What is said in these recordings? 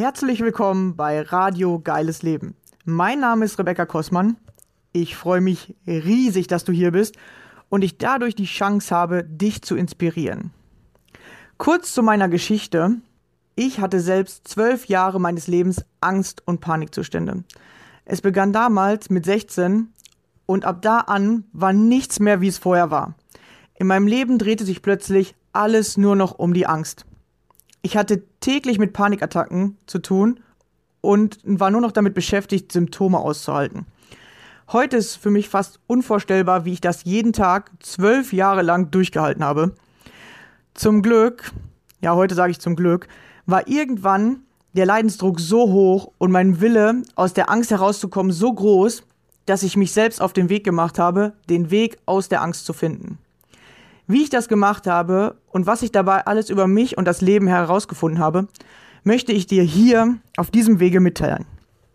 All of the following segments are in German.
Herzlich willkommen bei Radio Geiles Leben. Mein Name ist Rebecca Kossmann. Ich freue mich riesig, dass du hier bist und ich dadurch die Chance habe, dich zu inspirieren. Kurz zu meiner Geschichte. Ich hatte selbst 12 Jahre meines Lebens Angst- und Panikzustände. Es begann damals mit 16 und ab da an war nichts mehr, wie es vorher war. In meinem Leben drehte sich plötzlich alles nur noch um die Angst. Ich hatte täglich mit Panikattacken zu tun und war nur noch damit beschäftigt, Symptome auszuhalten. Heute ist für mich fast unvorstellbar, wie ich das jeden Tag 12 Jahre lang durchgehalten habe. Zum Glück, ja heute sage ich zum Glück, war irgendwann der Leidensdruck so hoch und mein Wille, aus der Angst herauszukommen, so groß, dass ich mich selbst auf den Weg gemacht habe, den Weg aus der Angst zu finden. Wie ich das gemacht habe und was ich dabei alles über mich und das Leben herausgefunden habe, möchte ich dir hier auf diesem Wege mitteilen.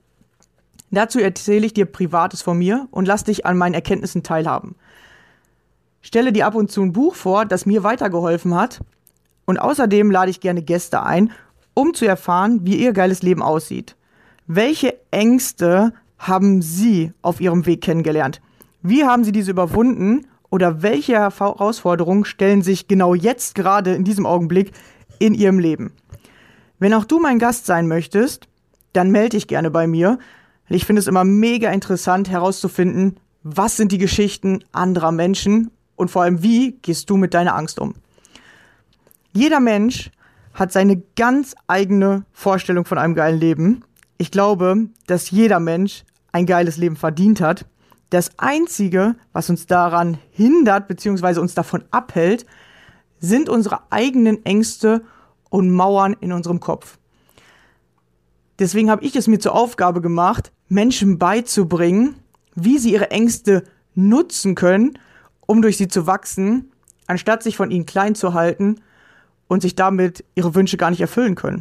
Dazu erzähle ich dir Privates von mir und lass dich an meinen Erkenntnissen teilhaben. Stelle dir ab und zu ein Buch vor, das mir weitergeholfen hat, und außerdem lade ich gerne Gäste ein, um zu erfahren, wie ihr geiles Leben aussieht. Welche Ängste haben Sie auf Ihrem Weg kennengelernt? Wie haben Sie diese überwunden? Oder welche Herausforderungen stellen sich genau jetzt gerade in diesem Augenblick in Ihrem Leben? Wenn auch du mein Gast sein möchtest, dann melde dich gerne bei mir. Ich finde es immer mega interessant herauszufinden, was sind die Geschichten anderer Menschen und vor allem, wie gehst du mit deiner Angst um? Jeder Mensch hat seine ganz eigene Vorstellung von einem geilen Leben. Ich glaube, dass jeder Mensch ein geiles Leben verdient hat. Das Einzige, was uns daran hindert bzw. uns davon abhält, sind unsere eigenen Ängste und Mauern in unserem Kopf. Deswegen habe ich es mir zur Aufgabe gemacht, Menschen beizubringen, wie sie ihre Ängste nutzen können, um durch sie zu wachsen, anstatt sich von ihnen klein zu halten und sich damit ihre Wünsche gar nicht erfüllen können.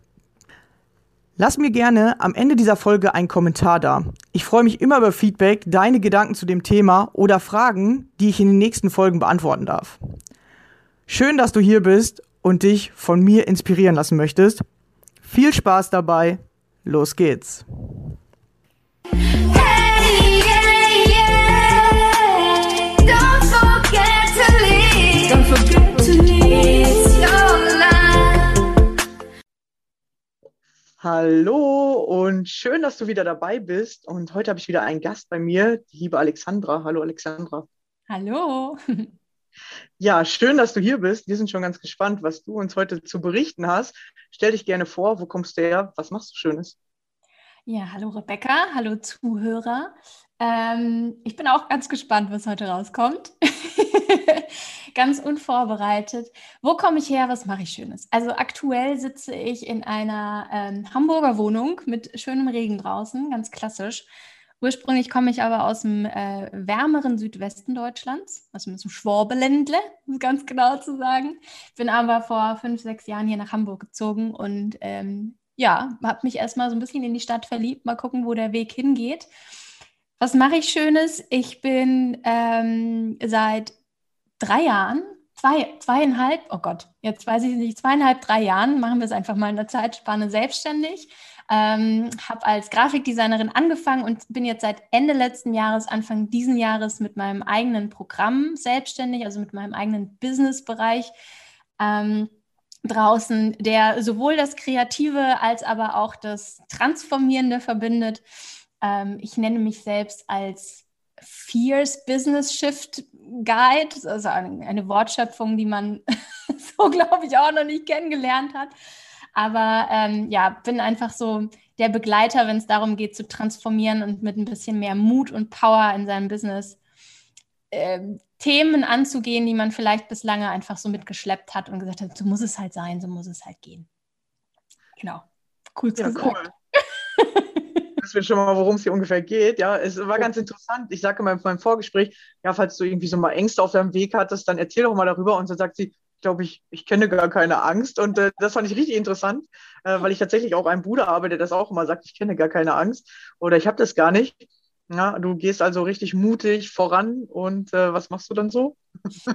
Lass mir gerne am Ende dieser Folge einen Kommentar da. Ich freue mich immer über Feedback, deine Gedanken zu dem Thema oder Fragen, die ich in den nächsten Folgen beantworten darf. Schön, dass du hier bist und dich von mir inspirieren lassen möchtest. Viel Spaß dabei. Los geht's. Hey, yeah, yeah. Don't forget to leave. Don't forget to leave your life. Hallo und schön, dass du wieder dabei bist. Und heute habe ich wieder einen Gast bei mir, die liebe Alexandra. Hallo Alexandra. Hallo. Ja, schön, dass du hier bist. Wir sind schon ganz gespannt, was du uns heute zu berichten hast. Stell dich gerne vor, wo kommst du her? Was machst du Schönes? Ja, hallo Rebecca, hallo Zuhörer. Ich bin auch ganz gespannt, was heute rauskommt. Ganz unvorbereitet. Wo komme ich her? Was mache ich Schönes? Also aktuell sitze ich in einer Hamburger Wohnung mit schönem Regen draußen, ganz klassisch. Ursprünglich komme ich aber aus dem wärmeren Südwesten Deutschlands, also aus dem Schwabeländle, um es ganz genau zu sagen. Bin aber vor 5, 6 Jahren hier nach Hamburg gezogen und habe mich erstmal so ein bisschen in die Stadt verliebt. Mal gucken, wo der Weg hingeht. Was mache ich Schönes? Ich bin seit 3 Jahren, zweieinhalb, oh Gott, jetzt weiß ich nicht, 2,5, 3 Jahren, machen wir es einfach mal in der Zeitspanne selbstständig. Habe als Grafikdesignerin angefangen und bin jetzt seit Ende letzten Jahres, Anfang diesen Jahres mit meinem eigenen Programm selbstständig, also mit meinem eigenen Businessbereich draußen, der sowohl das Kreative als aber auch das Transformierende verbindet. Ich nenne mich selbst als Fierce Business Shift Guide, also eine Wortschöpfung, die man so, glaube ich, auch noch nicht kennengelernt hat. Aber bin einfach so der Begleiter, wenn es darum geht, zu transformieren und mit ein bisschen mehr Mut und Power in seinem Business Themen anzugehen, die man vielleicht bislang einfach so mitgeschleppt hat und gesagt hat, so muss es halt sein, so muss es halt gehen. Genau, cool gesagt. Cool. Wissen wir schon mal, worum es hier ungefähr geht. Ja, es war ganz interessant. Ich sage in meinem Vorgespräch, ja, falls du irgendwie so mal Ängste auf deinem Weg hattest, dann erzähl doch mal darüber. Und dann sagt sie, ich glaube, ich kenne gar keine Angst. Und das fand ich richtig interessant, weil ich tatsächlich auch einen Bruder habe, der das auch immer sagt, ich kenne gar keine Angst oder ich habe das gar nicht. Ja, du gehst also richtig mutig voran und was machst du dann so?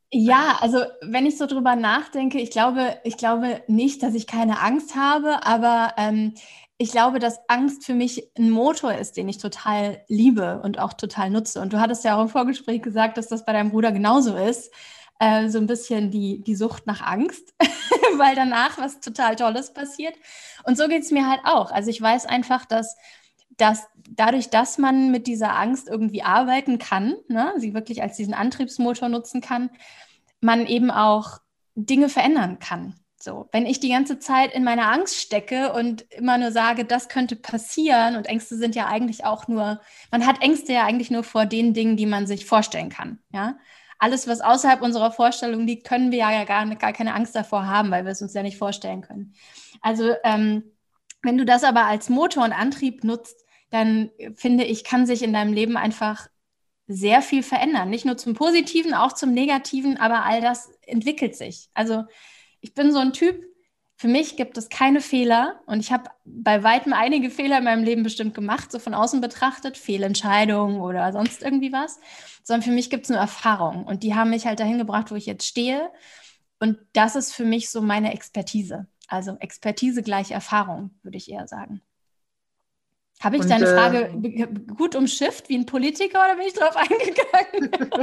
Ja, also wenn ich so drüber nachdenke, ich glaube nicht, dass ich keine Angst habe, aber ich glaube, dass Angst für mich ein Motor ist, den ich total liebe und auch total nutze. Und du hattest ja auch im Vorgespräch gesagt, dass das bei deinem Bruder genauso ist. So ein bisschen die Sucht nach Angst, weil danach was total Tolles passiert. Und so geht es mir halt auch. Also ich weiß einfach, dass dadurch, dass man mit dieser Angst irgendwie arbeiten kann, ne, sie wirklich als diesen Antriebsmotor nutzen kann, man eben auch Dinge verändern kann. So, wenn ich die ganze Zeit in meiner Angst stecke und immer nur sage, das könnte passieren, und Ängste sind ja eigentlich auch nur, man hat Ängste ja eigentlich nur vor den Dingen, die man sich vorstellen kann. Ja? Alles, was außerhalb unserer Vorstellung liegt, können wir ja gar keine Angst davor haben, weil wir es uns ja nicht vorstellen können. Also wenn du das aber als Motor und Antrieb nutzt, dann finde ich, kann sich in deinem Leben einfach sehr viel verändern. Nicht nur zum Positiven, auch zum Negativen, aber all das entwickelt sich. Also ich bin so ein Typ, für mich gibt es keine Fehler, und ich habe bei weitem einige Fehler in meinem Leben bestimmt gemacht, so von außen betrachtet, Fehlentscheidungen oder sonst irgendwie was, sondern für mich gibt es nur Erfahrungen, und die haben mich halt dahin gebracht, wo ich jetzt stehe, und das ist für mich so meine Expertise. Also Expertise gleich Erfahrung, würde ich eher sagen. Habe ich Und deine Frage gut umschifft wie ein Politiker, oder bin ich drauf eingegangen?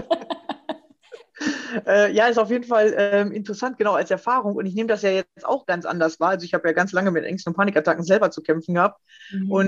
ja, ist auf jeden Fall interessant, genau als Erfahrung. Und ich nehme das ja jetzt auch ganz anders wahr. Also ich habe ja ganz lange mit Ängsten und Panikattacken selber zu kämpfen gehabt. Mhm. Und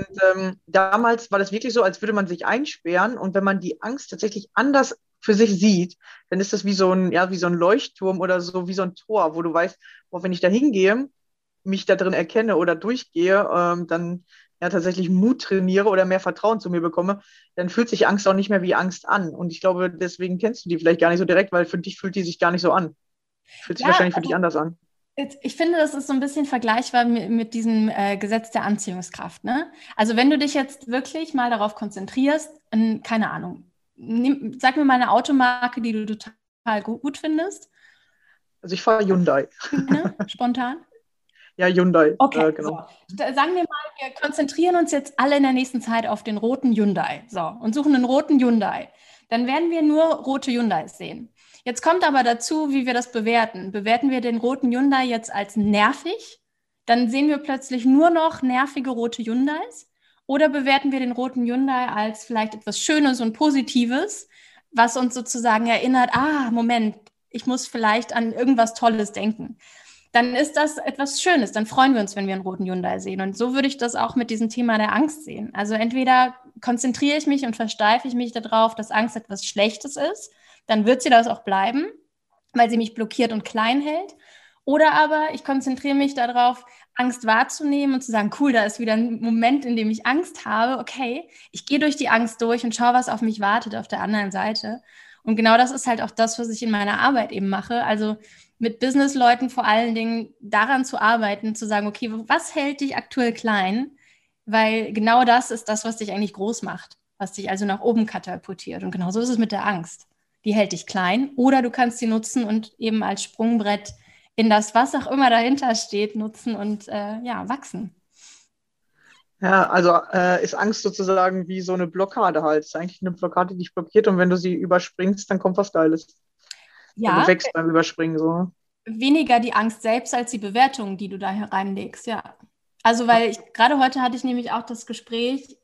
damals war das wirklich so, als würde man sich einsperren. Und wenn man die Angst tatsächlich anders für sich sieht, dann ist das wie so ein, ja, wie so ein Leuchtturm oder so, wie so ein Tor, wo du weißt, boah, wenn ich da hingehe, mich da drin erkenne oder durchgehe, dann ja tatsächlich Mut trainiere oder mehr Vertrauen zu mir bekomme, dann fühlt sich Angst auch nicht mehr wie Angst an. Und ich glaube, deswegen kennst du die vielleicht gar nicht so direkt, weil für dich fühlt die sich gar nicht so an. Fühlt sich Ja, wahrscheinlich für dich anders an. ich finde, das ist so ein bisschen vergleichbar mit diesem Gesetz der Anziehungskraft. Ne? Also wenn du dich jetzt wirklich mal darauf konzentrierst, keine Ahnung, sag mir mal eine Automarke, die du total gut findest. Also ich fahre Hyundai. Ne? Spontan. Ja, Hyundai, Okay, so. genau. Sagen wir mal, wir konzentrieren uns jetzt alle in der nächsten Zeit auf den roten Hyundai. So, und suchen einen roten Hyundai. Dann werden wir nur rote Hyundais sehen. Jetzt kommt aber dazu, wie wir das bewerten. Bewerten wir den roten Hyundai jetzt als nervig? Dann sehen wir plötzlich nur noch nervige rote Hyundais. Oder bewerten wir den roten Hyundai als vielleicht etwas Schönes und Positives, was uns sozusagen erinnert, Moment, ich muss vielleicht an irgendwas Tolles denken. Dann ist das etwas Schönes. Dann freuen wir uns, wenn wir einen roten Hyundai sehen. Und so würde ich das auch mit diesem Thema der Angst sehen. Also entweder konzentriere ich mich und versteife ich mich darauf, dass Angst etwas Schlechtes ist, dann wird sie das auch bleiben, weil sie mich blockiert und klein hält. Oder aber ich konzentriere mich darauf, Angst wahrzunehmen und zu sagen, cool, da ist wieder ein Moment, in dem ich Angst habe. Okay, ich gehe durch die Angst durch und schaue, was auf mich wartet auf der anderen Seite. Und genau das ist halt auch das, was ich in meiner Arbeit eben mache. Also mit Businessleuten vor allen Dingen daran zu arbeiten, zu sagen, okay, was hält dich aktuell klein? Weil genau das ist das, was dich eigentlich groß macht, was dich also nach oben katapultiert. Und genau so ist es mit der Angst. Die hält dich klein, oder du kannst sie nutzen und eben als Sprungbrett in das, was auch immer dahinter steht, nutzen und ja, wachsen. Ja, also ist Angst sozusagen wie so eine Blockade halt. Ist eigentlich eine Blockade, die dich blockiert, und wenn du sie überspringst, dann kommt was Geiles. Du Ja, wächst beim Überspringen so. weniger die Angst selbst als die Bewertung, die du da hereinlegst, ja. Also, weil gerade heute hatte ich nämlich auch das Gespräch,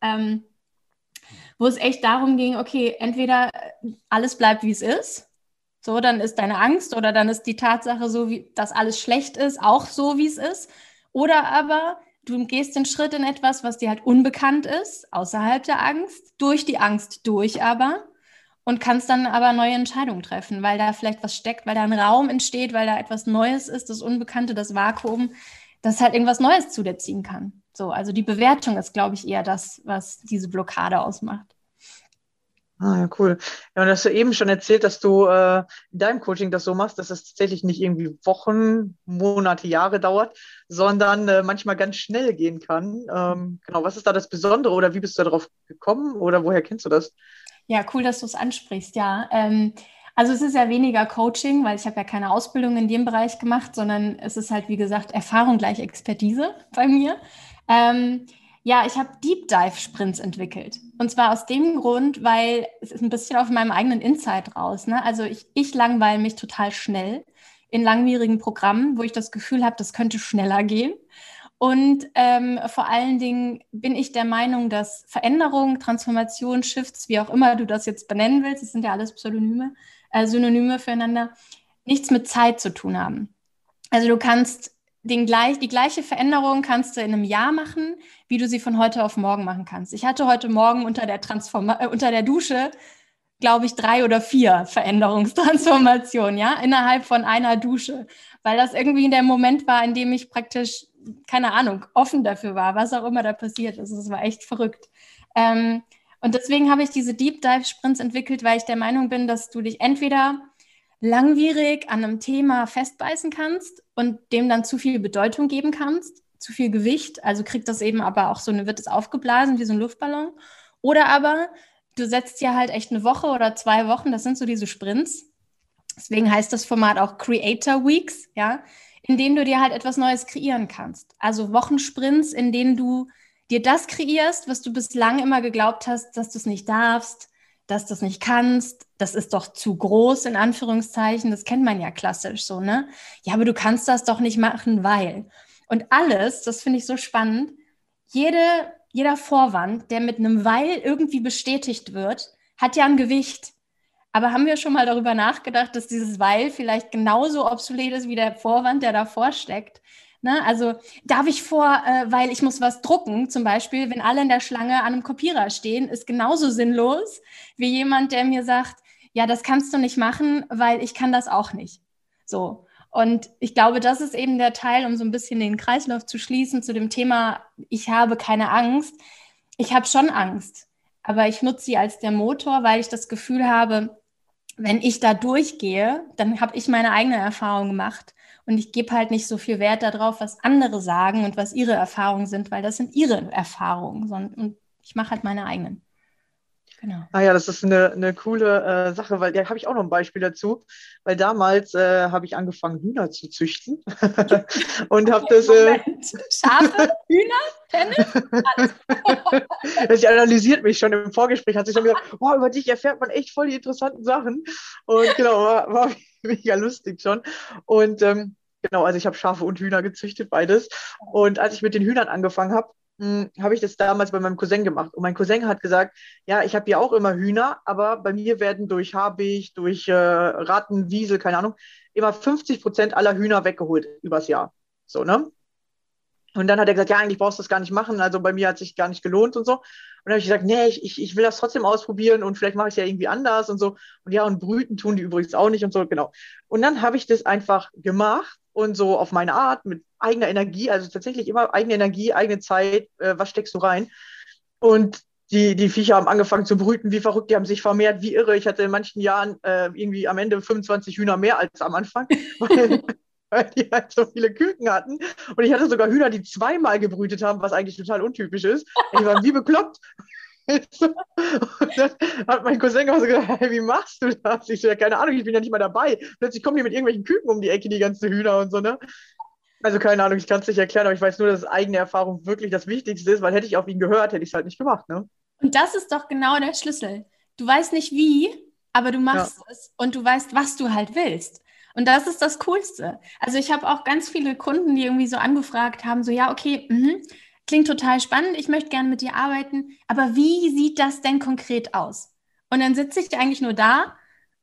wo es echt darum ging, okay, entweder alles bleibt, wie es ist, so, dann ist deine Angst, oder dann ist die Tatsache so, wie, dass alles schlecht ist, auch so, wie es ist. Oder aber du gehst den Schritt in etwas, was dir halt unbekannt ist, außerhalb der Angst, durch die Angst durch aber, und kannst dann aber neue Entscheidungen treffen, weil da vielleicht was steckt, weil da ein Raum entsteht, weil da etwas Neues ist, das Unbekannte, das Vakuum, das halt irgendwas Neues zu dir ziehen kann. So, also die Bewertung ist, glaube ich, eher das, was diese Blockade ausmacht. Ah, ja, cool. Ja, und hast du eben schon erzählt, dass du in deinem Coaching das so machst, dass es tatsächlich nicht irgendwie Wochen, Monate, Jahre dauert, sondern manchmal ganz schnell gehen kann. Genau, was ist da das Besondere, oder wie bist du darauf gekommen, oder woher kennst du das? Ja, cool, dass du es ansprichst, ja. Also es ist ja weniger Coaching, weil ich habe ja keine Ausbildung in dem Bereich gemacht, sondern es ist halt, wie gesagt, Erfahrung gleich Expertise bei mir. Ähm, Ja, ich habe Deep Dive Sprints entwickelt. Und zwar aus dem Grund, weil es ist ein bisschen auf meinem eigenen Insight raus. Ne? Also ich langweile mich total schnell in langwierigen Programmen, wo ich das Gefühl habe, das könnte schneller gehen. Und vor allen Dingen bin ich der Meinung, dass Veränderung, Transformation, Shifts, wie auch immer du das jetzt benennen willst, das sind ja alles Pseudonyme, Synonyme füreinander, nichts mit Zeit zu tun haben. Also du kannst die gleiche Veränderung kannst du in einem Jahr machen, wie du sie von heute auf morgen machen kannst. Ich hatte heute Morgen unter der Dusche, glaube ich, 3 oder 4 Veränderungstransformationen, ja, innerhalb von einer Dusche, weil das irgendwie der Moment war, in dem ich praktisch, keine Ahnung, offen dafür war, was auch immer da passiert ist. Es war echt verrückt. Und deswegen habe ich diese Deep Dive Sprints entwickelt, weil ich der Meinung bin, dass du dich entweder langwierig an einem Thema festbeißen kannst und dem dann zu viel Bedeutung geben kannst, zu viel Gewicht, also kriegt das eben aber auch wird es aufgeblasen wie so ein Luftballon. Oder aber du setzt dir halt echt eine Woche oder 2 Wochen, das sind so diese Sprints. Deswegen heißt das Format auch Creator Weeks, ja, in denen du dir halt etwas Neues kreieren kannst. Also Wochensprints, in denen du dir das kreierst, was du bislang immer geglaubt hast, dass du es nicht darfst, dass du es nicht kannst, das ist doch zu groß, in Anführungszeichen, das kennt man ja klassisch so, ne? Ja, aber du kannst das doch nicht machen, weil. Und alles, das finde ich so spannend, jeder Vorwand, der mit einem Weil irgendwie bestätigt wird, hat ja ein Gewicht. Aber haben wir schon mal darüber nachgedacht, dass dieses Weil vielleicht genauso obsolet ist wie der Vorwand, der davor steckt? Ne? Also darf ich weil ich muss was drucken, zum Beispiel, wenn alle in der Schlange an einem Kopierer stehen, ist genauso sinnlos wie jemand, der mir sagt, ja, das kannst du nicht machen, weil ich kann das auch nicht. So. Und ich glaube, das ist eben der Teil, um so ein bisschen den Kreislauf zu schließen zu dem Thema, ich habe keine Angst. Ich habe schon Angst, aber ich nutze sie als der Motor, weil ich das Gefühl habe, wenn ich da durchgehe, dann habe ich meine eigene Erfahrung gemacht. Und ich gebe halt nicht so viel Wert darauf, was andere sagen und was ihre Erfahrungen sind, weil das sind ihre Erfahrungen. Und ich mache halt meine eigenen. Genau. Ah ja, das ist eine coole Sache, weil da habe ich auch noch ein Beispiel dazu. Weil damals habe ich angefangen, Hühner zu züchten. Und habe das. Moment. Schafe, Hühner, Tennis? Sie analysiert mich schon im Vorgespräch, hat sich schon gesagt, oh, über dich erfährt man echt voll die interessanten Sachen. Und genau, war mega lustig schon. Und genau, also ich habe Schafe und Hühner gezüchtet, beides. Und als ich mit den Hühnern angefangen habe, habe ich das damals bei meinem Cousin gemacht. Und mein Cousin hat gesagt, ja, ich habe ja auch immer Hühner, aber bei mir werden durch Habicht, durch Ratten, Wiesel, keine Ahnung, immer 50% aller Hühner weggeholt übers Jahr. So, ne? Und dann hat er gesagt, ja, eigentlich brauchst du das gar nicht machen. Also bei mir hat es sich gar nicht gelohnt und so. Und dann habe ich gesagt, nee, ich will das trotzdem ausprobieren und vielleicht mache ich es ja irgendwie anders und so. Und ja, und brüten tun die übrigens auch nicht und so, genau. Und dann habe ich das einfach gemacht und so auf meine Art mit eigener Energie, also tatsächlich immer eigene Energie, eigene Zeit, was steckst du rein? Und die Viecher haben angefangen zu brüten wie verrückt, die haben sich vermehrt wie irre. Ich hatte in manchen Jahren irgendwie am Ende 25 Hühner mehr als am Anfang, weil die halt so viele Küken hatten. Und ich hatte sogar Hühner, die 2-mal gebrütet haben, was eigentlich total untypisch ist. Ich war wie bekloppt. Und dann hat mein Cousin auch so gesagt, hey, wie machst du das? Ich so, ja, keine Ahnung, ich bin ja nicht mal dabei. Plötzlich kommen die mit irgendwelchen Küken um die Ecke, die ganzen Hühner und so, ne? Also keine Ahnung, ich kann es nicht erklären, aber ich weiß nur, dass eigene Erfahrung wirklich das Wichtigste ist, weil hätte ich auf ihn gehört, hätte ich es halt nicht gemacht, ne? Und das ist doch genau der Schlüssel. Du weißt nicht wie, aber du machst es und du weißt, was du halt willst. Und das ist das Coolste. Also ich habe auch ganz viele Kunden, die irgendwie so angefragt haben, so ja, okay, klingt total spannend, ich möchte gerne mit dir arbeiten, aber wie sieht das denn konkret aus? Und dann sitze ich eigentlich nur da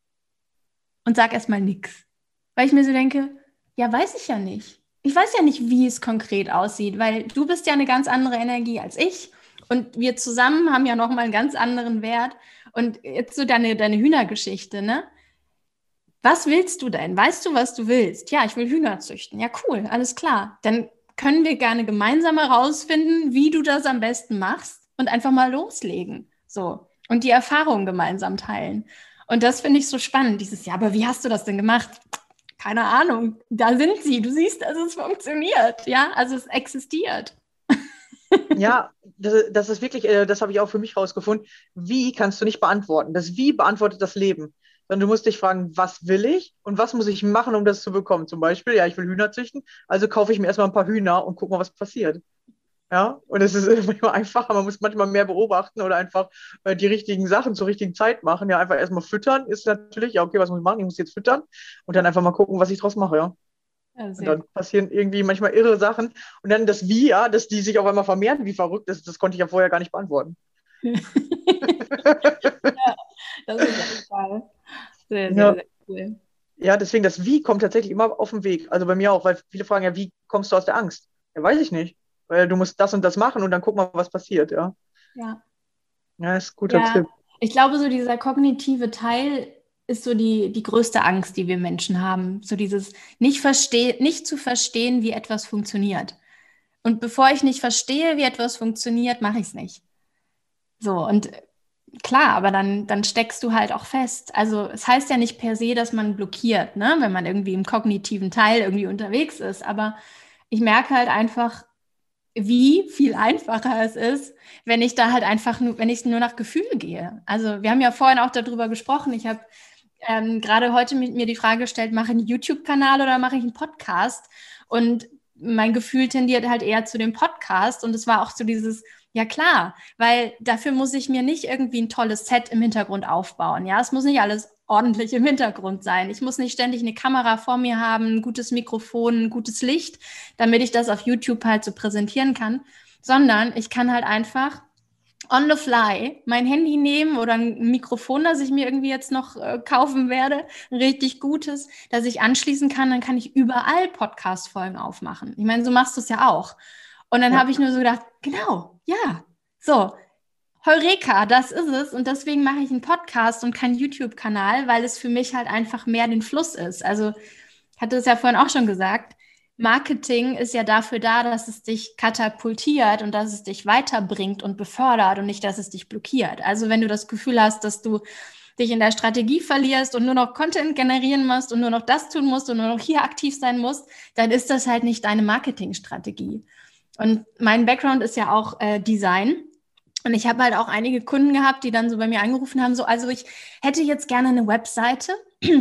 und sage erstmal nichts. Weil ich mir so denke, ja, weiß ich ja nicht. Ich weiß ja nicht, wie es konkret aussieht, weil du bist ja eine ganz andere Energie als ich und wir zusammen haben ja nochmal einen ganz anderen Wert. Und jetzt so deine Hühnergeschichte, ne? Was willst du denn? Weißt du, was du willst? Ja, ich will Hühner züchten. Ja, cool, alles klar. Dann können wir gerne gemeinsam herausfinden, wie du das am besten machst und einfach mal loslegen. So. Und die Erfahrungen gemeinsam teilen. Und das finde ich so spannend. Dieses, ja, aber wie hast du das denn gemacht? Keine Ahnung. Da sind sie. Du siehst, dass es funktioniert. Ja, also es existiert. Ja, das ist wirklich, das habe ich auch für mich rausgefunden. Wie kannst du nicht beantworten? Das Wie beantwortet das Leben. Sondern du musst dich fragen, was will ich und was muss ich machen, um das zu bekommen? Zum Beispiel, ja, ich will Hühner züchten, also kaufe ich mir erstmal ein paar Hühner und guck mal, was passiert. Ja, und es ist manchmal einfacher, man muss manchmal mehr beobachten oder einfach die richtigen Sachen zur richtigen Zeit machen. Ja, einfach erstmal füttern ist natürlich, ja, okay, was muss ich machen? Ich muss jetzt füttern und dann einfach mal gucken, was ich draus mache, ja. Ja, Und sehr dann gut. passieren irgendwie manchmal irre Sachen. Und dann das Wie, ja, dass die sich auf einmal vermehren wie verrückt, das konnte ich ja vorher gar nicht beantworten. Das ist echt geil. Sehr, sehr, Ja, sehr cool. ja, deswegen das Wie kommt tatsächlich immer auf den Weg. Also bei mir auch, weil viele fragen ja, wie kommst du aus der Angst? Ja, weiß ich nicht. Weil du musst das und das machen und dann guck mal, was passiert, ja. Ja. Ja, ist ein guter Ja, Tipp. ich glaube, so dieser kognitive Teil ist so die größte Angst, die wir Menschen haben. So dieses nicht zu verstehen, wie etwas funktioniert. Und bevor ich nicht verstehe, wie etwas funktioniert, mache ich es nicht. So, und klar, aber dann steckst du halt auch fest. Also es heißt ja nicht per se, dass man blockiert, ne, wenn man irgendwie im kognitiven Teil irgendwie unterwegs ist. Aber ich merke halt einfach, wie viel einfacher es ist, wenn ich da halt einfach nur, wenn ich nur nach Gefühl gehe. Also wir haben ja vorhin auch darüber gesprochen. Ich habe gerade heute mit mir die Frage gestellt, mache ich einen YouTube-Kanal oder mache ich einen Podcast? Und mein Gefühl tendiert halt eher zu dem Podcast. Und es war auch so dieses, ja klar, weil dafür muss ich mir nicht irgendwie ein tolles Set im Hintergrund aufbauen. Ja, es muss nicht alles ordentlich im Hintergrund sein. Ich muss nicht ständig eine Kamera vor mir haben, ein gutes Mikrofon, ein gutes Licht, damit ich das auf YouTube halt so präsentieren kann, sondern ich kann halt einfach on the fly mein Handy nehmen oder ein Mikrofon, das ich mir irgendwie jetzt noch kaufen werde, ein richtig gutes, das ich anschließen kann, dann kann ich überall Podcast-Folgen aufmachen. Ich meine, so machst du es ja auch. Und dann Ja. habe ich nur so gedacht, genau, ja, so, Heureka, das ist es. Und deswegen mache ich einen Podcast und keinen YouTube-Kanal, weil es für mich halt einfach mehr den Fluss ist. Also, ich hatte es ja vorhin auch schon gesagt, Marketing ist ja dafür da, dass es dich katapultiert und dass es dich weiterbringt und befördert und nicht, dass es dich blockiert. Also, wenn du das Gefühl hast, dass du dich in der Strategie verlierst und nur noch Content generieren musst und nur noch das tun musst und nur noch hier aktiv sein musst, dann ist das halt nicht deine Marketingstrategie. Und mein Background ist ja auch Design. Und ich habe halt auch einige Kunden gehabt, die dann so bei mir angerufen haben, so, also ich hätte jetzt gerne eine Webseite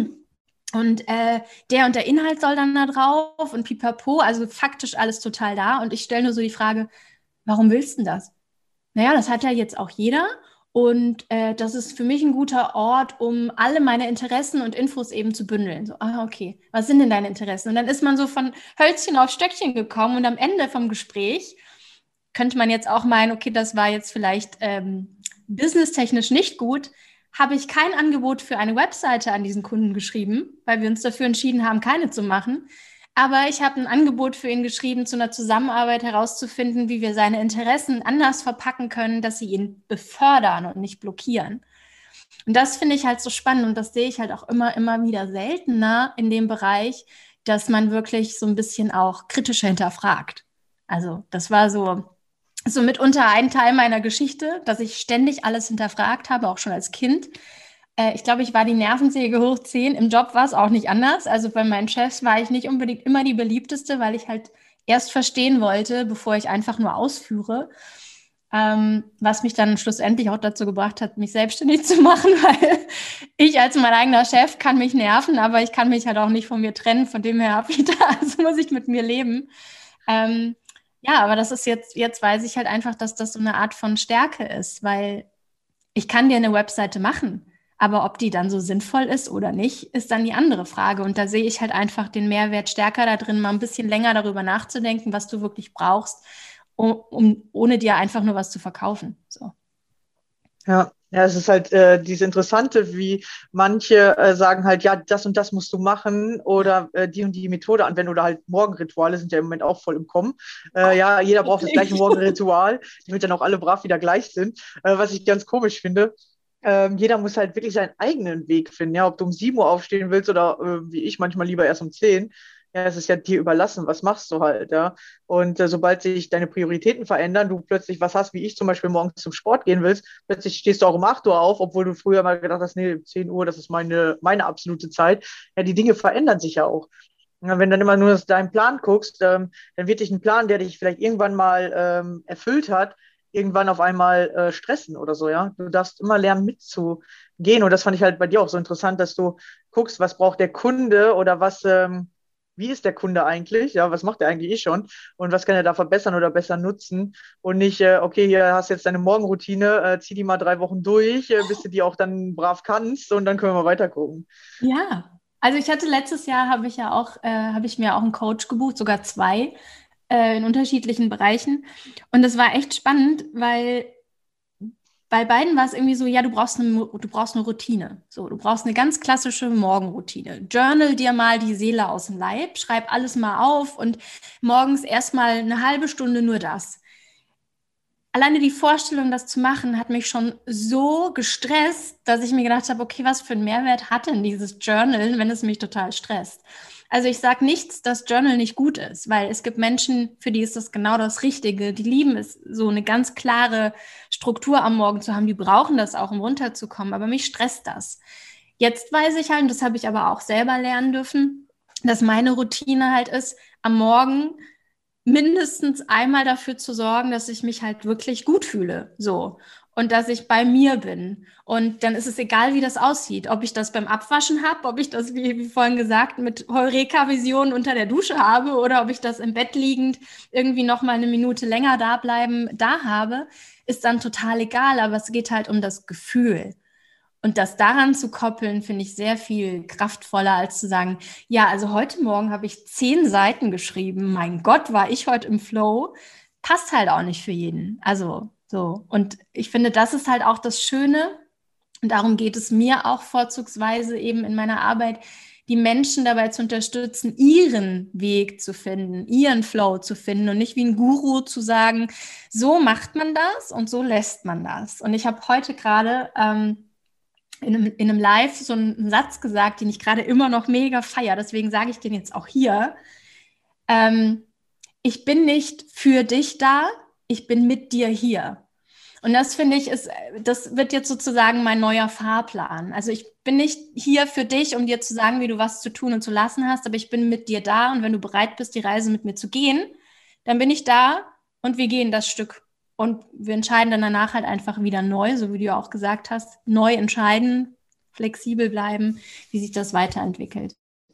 und der und der Inhalt soll dann da drauf und pipapo, also faktisch alles total da. Und ich stelle nur so die Frage, warum willst du denn das? Naja, das hat ja jetzt auch jeder. Und das ist für mich ein guter Ort, um alle meine Interessen und Infos eben zu bündeln. So, ah, okay, was sind denn deine Interessen? Und dann ist man so von Hölzchen auf Stöckchen gekommen und am Ende vom Gespräch könnte man jetzt auch meinen, okay, das war jetzt vielleicht businesstechnisch nicht gut, habe ich kein Angebot für eine Webseite an diesen Kunden geschrieben, weil wir uns dafür entschieden haben, keine zu machen. Aber ich habe ein Angebot für ihn geschrieben, zu einer Zusammenarbeit herauszufinden, wie wir seine Interessen anders verpacken können, dass sie ihn befördern und nicht blockieren. Und das finde ich halt so spannend und das sehe ich halt auch immer wieder seltener in dem Bereich, dass man wirklich so ein bisschen auch kritischer hinterfragt. Also das war so mitunter ein Teil meiner Geschichte, dass ich ständig alles hinterfragt habe, auch schon als Kind. Ich glaube, ich war die Nervensäge hoch 10. Im Job war es auch nicht anders. Also bei meinen Chefs war ich nicht unbedingt immer die beliebteste, weil ich halt erst verstehen wollte, bevor ich einfach nur ausführe. Was mich dann schlussendlich auch dazu gebracht hat, mich selbstständig zu machen, weil ich als mein eigener Chef kann mich nerven, aber ich kann mich halt auch nicht von mir trennen. Von dem her habe ich da, also muss ich mit mir leben. Ja, aber das ist jetzt weiß ich halt einfach, dass das so eine Art von Stärke ist, weil ich kann dir eine Webseite machen, aber ob die dann so sinnvoll ist oder nicht, ist dann die andere Frage. Und da sehe ich halt einfach den Mehrwert stärker da drin, mal ein bisschen länger darüber nachzudenken, was du wirklich brauchst, ohne dir einfach nur was zu verkaufen. So. Ja, ja, es ist halt dieses Interessante, wie manche sagen halt, ja, das und das musst du machen oder die und die Methode anwenden oder halt Morgenrituale sind ja im Moment auch voll im Kommen. Ja, jeder braucht das gleiche Morgenritual, damit dann auch alle brav wieder gleich sind, was ich ganz komisch finde. Jeder muss halt wirklich seinen eigenen Weg finden, ja, ob du um 7 Uhr aufstehen willst oder wie ich manchmal lieber erst um 10. Ja, es ist ja dir überlassen, was machst du halt, ja. Und sobald sich deine Prioritäten verändern, du plötzlich was hast, wie ich zum Beispiel morgens zum Sport gehen willst, plötzlich stehst du auch um 8 Uhr auf, obwohl du früher mal gedacht hast, nee, 10 Uhr, das ist meine absolute Zeit. Ja, die Dinge verändern sich ja auch. Ja, wenn du dann immer nur deinen Plan guckst, dann wird dich ein Plan, der dich vielleicht irgendwann mal erfüllt hat, irgendwann auf einmal stressen oder so, ja. Du darfst immer lernen, mitzugehen. Und das fand ich halt bei dir auch so interessant, dass du guckst, was braucht der Kunde oder was wie ist der Kunde eigentlich, ja, was macht er eigentlich schon und was kann er da verbessern oder besser nutzen und nicht, okay, hier hast du jetzt deine Morgenroutine, zieh die mal 3 Wochen durch, bis du die auch dann brav kannst und dann können wir mal weiter gucken. Ja, also ich hatte letztes Jahr, habe ich mir auch einen Coach gebucht, sogar zwei, in unterschiedlichen Bereichen. Und das war echt spannend, weil bei beiden war es irgendwie so, ja, du brauchst eine Routine. So, du brauchst eine ganz klassische Morgenroutine. Journal dir mal die Seele aus dem Leib, schreib alles mal auf und morgens erstmal eine halbe Stunde nur das. Alleine die Vorstellung, das zu machen, hat mich schon so gestresst, dass ich mir gedacht habe, okay, was für einen Mehrwert hat denn dieses Journal, wenn es mich total stresst? Also ich sage nichts, dass Journal nicht gut ist, weil es gibt Menschen, für die ist das genau das Richtige. Die lieben es, so eine ganz klare Struktur am Morgen zu haben. Die brauchen das auch, um runterzukommen. Aber mich stresst das. Jetzt weiß ich halt, und das habe ich aber auch selber lernen dürfen, dass meine Routine halt ist, am Morgen mindestens einmal dafür zu sorgen, dass ich mich halt wirklich gut fühle, so. Und dass ich bei mir bin. Und dann ist es egal, wie das aussieht. Ob ich das beim Abwaschen habe, ob ich das, wie vorhin gesagt, mit Heureka-Vision unter der Dusche habe oder ob ich das im Bett liegend irgendwie noch mal eine Minute länger da habe, ist dann total egal. Aber es geht halt um das Gefühl. Und das daran zu koppeln, finde ich sehr viel kraftvoller, als zu sagen, ja, also heute Morgen habe ich 10 Seiten geschrieben. Mein Gott, war ich heute im Flow. Passt halt auch nicht für jeden. Also so. Und ich finde, das ist halt auch das Schöne. Und darum geht es mir auch vorzugsweise eben in meiner Arbeit, die Menschen dabei zu unterstützen, ihren Weg zu finden, ihren Flow zu finden und nicht wie ein Guru zu sagen, so macht man das und so lässt man das. Und ich habe heute gerade in einem Live so einen Satz gesagt, den ich gerade immer noch mega feiere. Deswegen sage ich den jetzt auch hier. Ich bin nicht für dich da, ich bin mit dir hier. Und das finde ich, das wird jetzt sozusagen mein neuer Fahrplan. Also ich bin nicht hier für dich, um dir zu sagen, wie du was zu tun und zu lassen hast, aber ich bin mit dir da und wenn du bereit bist, die Reise mit mir zu gehen, dann bin ich da und wir gehen das Stück. Und wir entscheiden dann danach halt einfach wieder neu, so wie du ja auch gesagt hast, neu entscheiden, flexibel bleiben, wie sich das weiterentwickelt.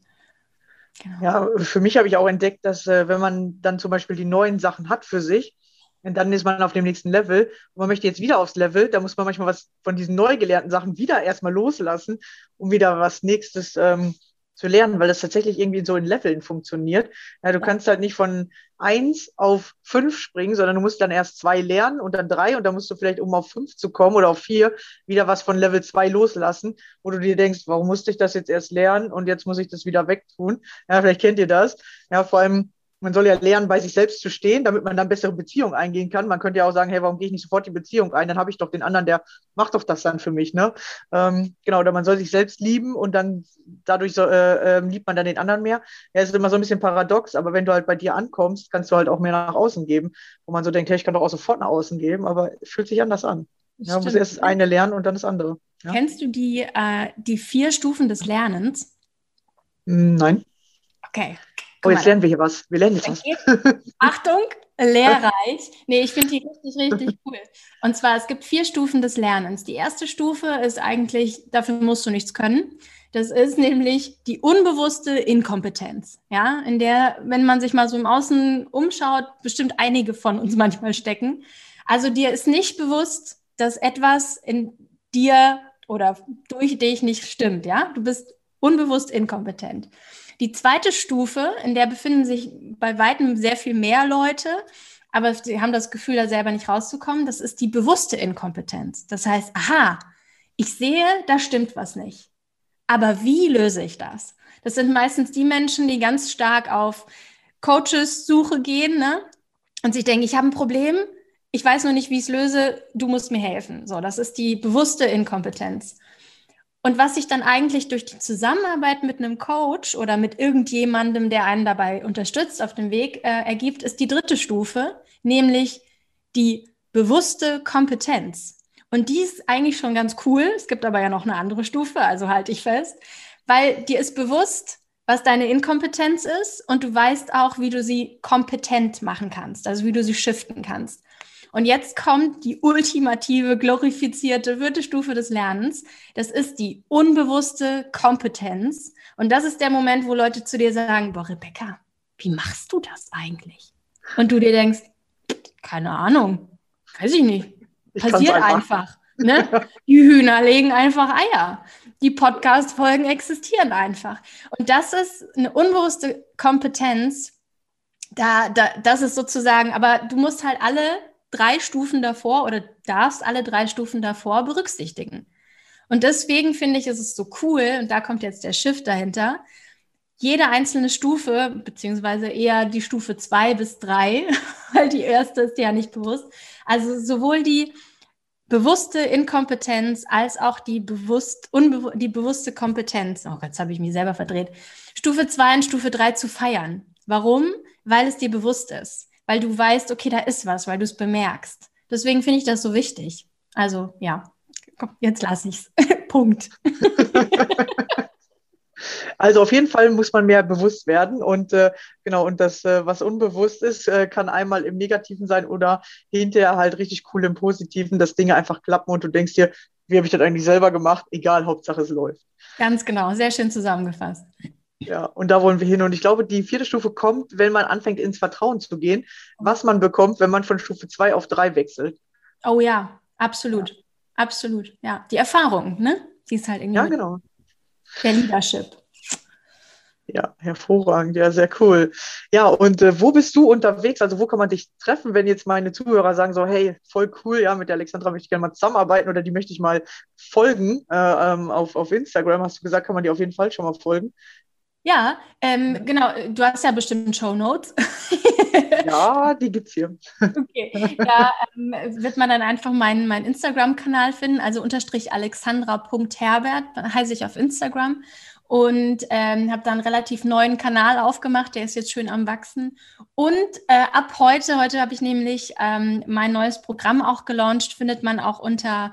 Genau. Ja, für mich habe ich auch entdeckt, dass wenn man dann zum Beispiel die neuen Sachen hat für sich, und dann ist man auf dem nächsten Level und man möchte jetzt wieder aufs Level, da muss man manchmal was von diesen neu gelernten Sachen wieder erstmal loslassen, um wieder was Nächstes zu lernen, weil das tatsächlich irgendwie so in Leveln funktioniert. Ja, du kannst halt nicht von 1 auf 5 springen, sondern du musst dann erst 2 lernen und dann 3 und dann musst du vielleicht, um auf 5 zu kommen oder auf 4, wieder was von Level 2 loslassen, wo du dir denkst, warum musste ich das jetzt erst lernen und jetzt muss ich das wieder wegtun. Ja, vielleicht kennt ihr das. Ja, vor allem, man soll ja lernen, bei sich selbst zu stehen, damit man dann bessere Beziehungen eingehen kann. Man könnte ja auch sagen, hey, warum gehe ich nicht sofort die Beziehung ein? Dann habe ich doch den anderen, der macht doch das dann für mich, ne? Genau, oder man soll sich selbst lieben und dann dadurch so, liebt man dann den anderen mehr. Ja, es ist immer so ein bisschen paradox, aber wenn du halt bei dir ankommst, kannst du halt auch mehr nach außen geben, wo man so denkt, hey, ich kann doch auch sofort nach außen geben, aber es fühlt sich anders an. Ja, man muss erst das eine lernen und dann das andere. Ja? Kennst du die 4 Stufen des Lernens? Nein. Okay. Oh, jetzt lernen wir hier was. Wir lernen jetzt was. Achtung, lehrreich. Nee, ich finde die richtig, richtig cool. Und zwar, es gibt 4 Stufen des Lernens. Die erste Stufe ist eigentlich, dafür musst du nichts können. Das ist nämlich die unbewusste Inkompetenz. Ja, in der, wenn man sich mal so im Außen umschaut, bestimmt einige von uns manchmal stecken. Also dir ist nicht bewusst, dass etwas in dir oder durch dich nicht stimmt. Ja, du bist unbewusst inkompetent. Die zweite Stufe, in der befinden sich bei weitem sehr viel mehr Leute, aber sie haben das Gefühl, da selber nicht rauszukommen. Das ist die bewusste Inkompetenz. Das heißt, aha, ich sehe, da stimmt was nicht. Aber wie löse ich das? Das sind meistens die Menschen, die ganz stark auf Coaches-Suche gehen, ne? Und sich denken, ich habe ein Problem, ich weiß nur nicht, wie ich es löse, du musst mir helfen. So, das ist die bewusste Inkompetenz. Und was sich dann eigentlich durch die Zusammenarbeit mit einem Coach oder mit irgendjemandem, der einen dabei unterstützt auf dem Weg, ergibt, ist die dritte Stufe, nämlich die bewusste Kompetenz. Und die ist eigentlich schon ganz cool. Es gibt aber ja noch eine andere Stufe, also halte ich fest, weil dir ist bewusst, was deine Inkompetenz ist und du weißt auch, wie du sie kompetent machen kannst, also wie du sie shiften kannst. Und jetzt kommt die ultimative, glorifizierte 4. Stufe des Lernens. Das ist die unbewusste Kompetenz. Und das ist der Moment, wo Leute zu dir sagen, boah, Rebecca, wie machst du das eigentlich? Und du dir denkst, keine Ahnung, weiß ich nicht. Passiert einfach. Ne? Die Hühner legen einfach Eier. Die Podcast-Folgen existieren einfach. Und das ist eine unbewusste Kompetenz. Das ist sozusagen, aber du musst halt alle 3 Stufen davor oder darfst alle 3 Stufen davor berücksichtigen. Und deswegen finde ich, ist es so cool, und da kommt jetzt der Shift dahinter, jede einzelne Stufe, beziehungsweise eher die Stufe 2 bis 3, weil die erste ist ja nicht bewusst, also sowohl die bewusste Inkompetenz als auch die bewusste Kompetenz, oh Gott, jetzt habe ich mich selber verdreht, Stufe 2 und Stufe 3 zu feiern. Warum? Weil es dir bewusst ist, weil du weißt, okay, da ist was, weil du es bemerkst. Deswegen finde ich das so wichtig. Also ja, komm, jetzt lasse ich es. Punkt. Also auf jeden Fall muss man mehr bewusst werden und genau, und das, was unbewusst ist, kann einmal im Negativen sein oder hinterher halt richtig cool im Positiven, dass Dinge einfach klappen und du denkst dir, wie habe ich das eigentlich selber gemacht? Egal, Hauptsache es läuft. Ganz genau, sehr schön zusammengefasst. Ja, und da wollen wir hin. Und ich glaube, die 4. Stufe kommt, wenn man anfängt, ins Vertrauen zu gehen, was man bekommt, wenn man von Stufe 2 auf 3 wechselt. Oh ja, absolut. Ja. Absolut, ja. Die Erfahrung, ne? Die ist halt irgendwie ja, genau. Der Leadership. Ja, hervorragend, ja, sehr cool. Ja, und wo bist du unterwegs? Also wo kann man dich treffen, wenn jetzt meine Zuhörer sagen so, hey, voll cool, ja, mit der Alexandra möchte ich gerne mal zusammenarbeiten oder die möchte ich mal folgen auf Instagram, hast du gesagt, kann man die auf jeden Fall schon mal folgen. Ja, genau, du hast ja bestimmt Shownotes. Ja, die gibt's hier. Okay, da wird man dann einfach meinen Instagram-Kanal finden, also _alexandra.herbert heiße ich auf Instagram. Und habe da einen relativ neuen Kanal aufgemacht, der ist jetzt schön am Wachsen. Und ab heute habe ich nämlich mein neues Programm auch gelauncht, findet man auch unter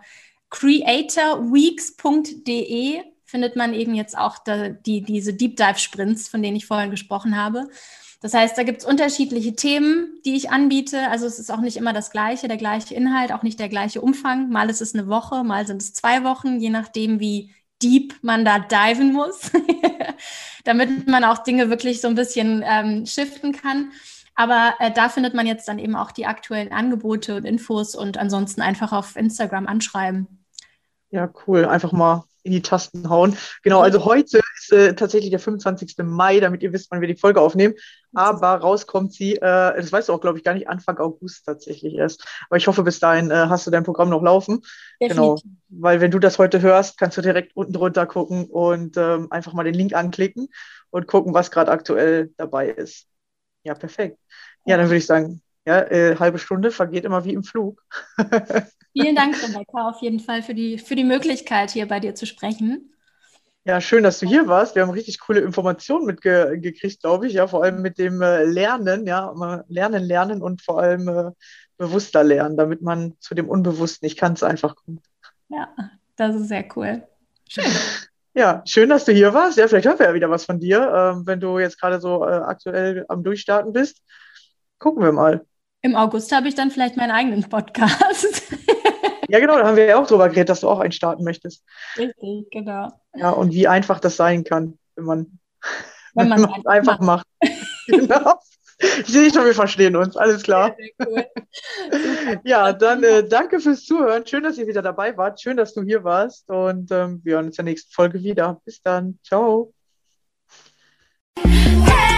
creatorweeks.de, findet man eben jetzt auch diese Deep Dive Sprints, von denen ich vorhin gesprochen habe. Das heißt, da gibt es unterschiedliche Themen, die ich anbiete. Also es ist auch nicht immer der gleiche Inhalt, auch nicht der gleiche Umfang. Mal ist es eine Woche, mal sind es 2 Wochen, je nachdem, wie deep man da diven muss, damit man auch Dinge wirklich so ein bisschen shiften kann. Aber da findet man jetzt dann eben auch die aktuellen Angebote und Infos und ansonsten einfach auf Instagram anschreiben. Ja, cool. Einfach mal in die Tasten hauen. Genau, also heute ist tatsächlich der 25. Mai, damit ihr wisst, wann wir die Folge aufnehmen. Aber rauskommt sie, das weißt du auch, glaube ich, gar nicht, Anfang August tatsächlich erst. Aber ich hoffe, bis dahin hast du dein Programm noch laufen. Definitiv. Genau, weil wenn du das heute hörst, kannst du direkt unten drunter gucken und einfach mal den Link anklicken und gucken, was gerade aktuell dabei ist. Ja, perfekt. Ja, dann würde ich sagen, ja, halbe Stunde vergeht immer wie im Flug. Vielen Dank, Rebecca, auf jeden Fall für die Möglichkeit, hier bei dir zu sprechen. Ja, schön, dass du hier warst. Wir haben richtig coole Informationen mitgekriegt, glaube ich. Ja, vor allem mit dem Lernen, ja, lernen und vor allem bewusster lernen, damit man zu dem Unbewussten, ich kann es einfach kommt. Ja, das ist sehr cool. Schön. Ja, schön, dass du hier warst. Ja, vielleicht hören wir ja wieder was von dir, wenn du jetzt gerade so aktuell am Durchstarten bist. Gucken wir mal. Im August habe ich dann vielleicht meinen eigenen Podcast. Ja, genau, da haben wir ja auch drüber geredet, dass du auch einen starten möchtest. Richtig, genau. Ja, und wie einfach das sein kann, wenn man es einfach macht. Genau. Ich sehe schon, wir verstehen uns, alles klar. Sehr, sehr cool. Ja, dann danke fürs Zuhören. Schön, dass ihr wieder dabei wart. Schön, dass du hier warst. Und wir hören uns in der nächsten Folge wieder. Bis dann. Ciao. Hey!